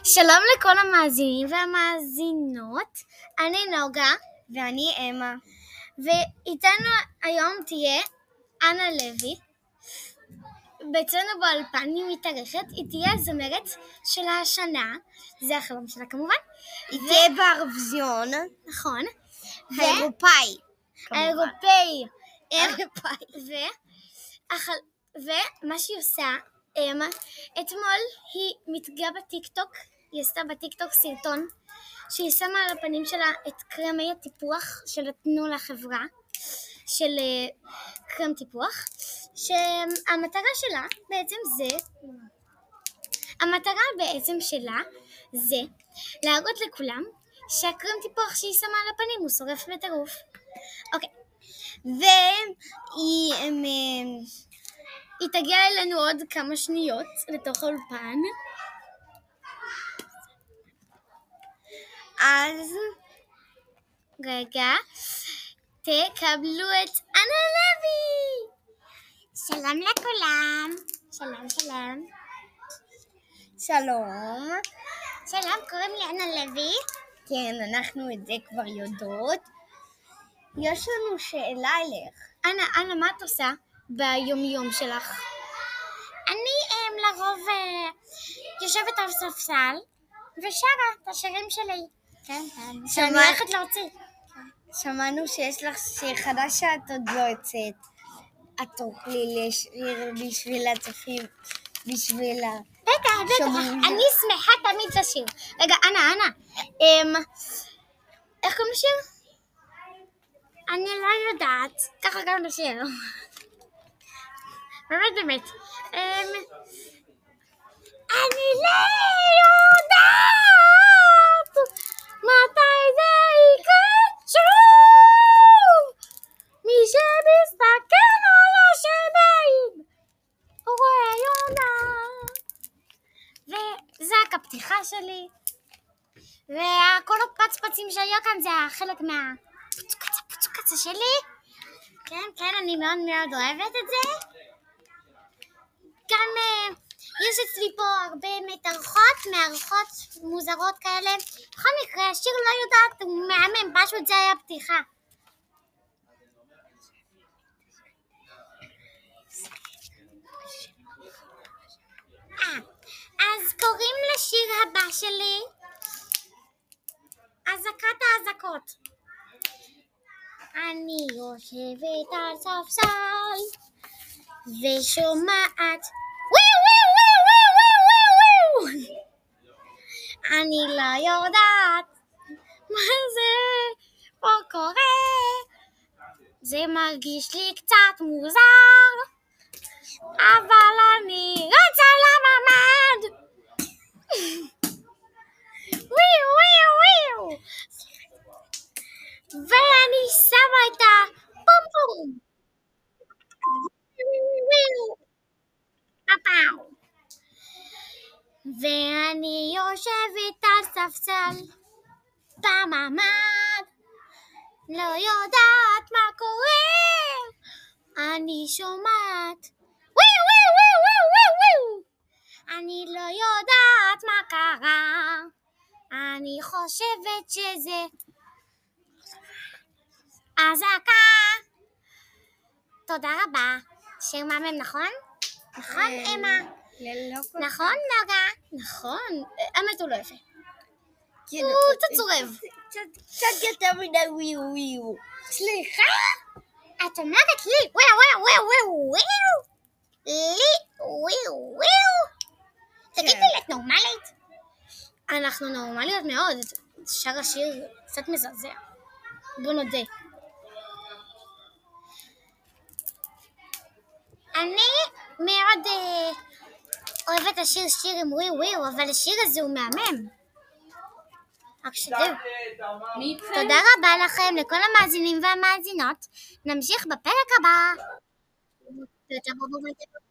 שלום לכל המאזינים והמאזינות, אני נוגה ואני אמה, ואיתנו היום תהיה אנה לוי. אצלנו באולפן היא מתארחת, היא תהיה הזמרת של השנה, זה החלום שלה כמובן. היא תהיה באירוויזיון, נכון. האירופאי. האירופאי. ומה שהיא עושה, אתמול היא מתגה בטיקטוק, היא עשתה בטיקטוק סרטון שהיא שמה על הפנים שלה את קרמי הטיפוח שנתנו לחברה של קרם טיפוח, שהמטרה שלה זה להראות לכולם שהקרם טיפוח שהיא שמה על הפנים הוא שורף בטירוף. אוקיי. היא תגיע אלינו עוד כמה שניות לתוך האולפן. אז רגע, תקבלו את אנה לוי. שלום לכולם. שלום, קוראים לי אנה לוי. כן, אנחנו את זה כבר יודעות. יש לנו שאלה אליך. אנה, מה את עושה ביום שלך? אני לרוב יושבת על ספסל ושרה את השירים שלי. כן. שאני הולכת להוציא. שמענו שיש לך שיר חדש שאת עוד לא יוצאת. את תוכלי לשיר בשביל הצופים, בשביל בטח, אני שמחה תמיד לשיר. רגע, אנה, איך קוראים לשיר? אני לא יודעת. ככה גם לשיר. באמת. אני לא יודעת מתי זה יקרה שוב. מי שמסתכל על השמיים הוא רואה יונה. וזה רק הפתיחה שלי. וכל הפצפצים שהיו כאן זה חלק מהפוצקצה שלי. כן, אני מאוד מאוד אוהבת את זה. גם יש אצלי פה הרבה מארחות מוזרות כאלה. בכל מקרה, השיר לא יודעת, הוא מהמם, פשוט זה היה פתיחה. אז קוראים לשיר הבא שלי אזעקת האזעקות. אני יושבת על ספסל ושומעת אני לא יודעת מה זה פה קורה, זה מרגיש לי קצת מוזר, אבל אני רוצה לממד. ואני שמה את הפומפום. ואני יושבת על ספסל בממ"ד, לא יודעת מה קורה, אני שומעת אני לא יודעת מה קרה, אני חושבת שזה אזעקה. תודה רבה. שיר מהמם, נכון? נכון, אמה? נכון, נוגה? נכון. האמת הוא לא יפה. הוא קצת צורב. קצת יותר מדי וויו. סליחה? את אומרת לי וויו. תגידי לי, את נורמלית? אנחנו נורמליות מאוד. שר השיר קצת מזעזע. בוא נודה. אני מאוד אוהבת השיר עם וויו, אבל השיר הזה הוא מהמם. רק שתדעו. תודה רבה לכם, לכל המאזינים והמאזינות. נמשיך בפרק הבא.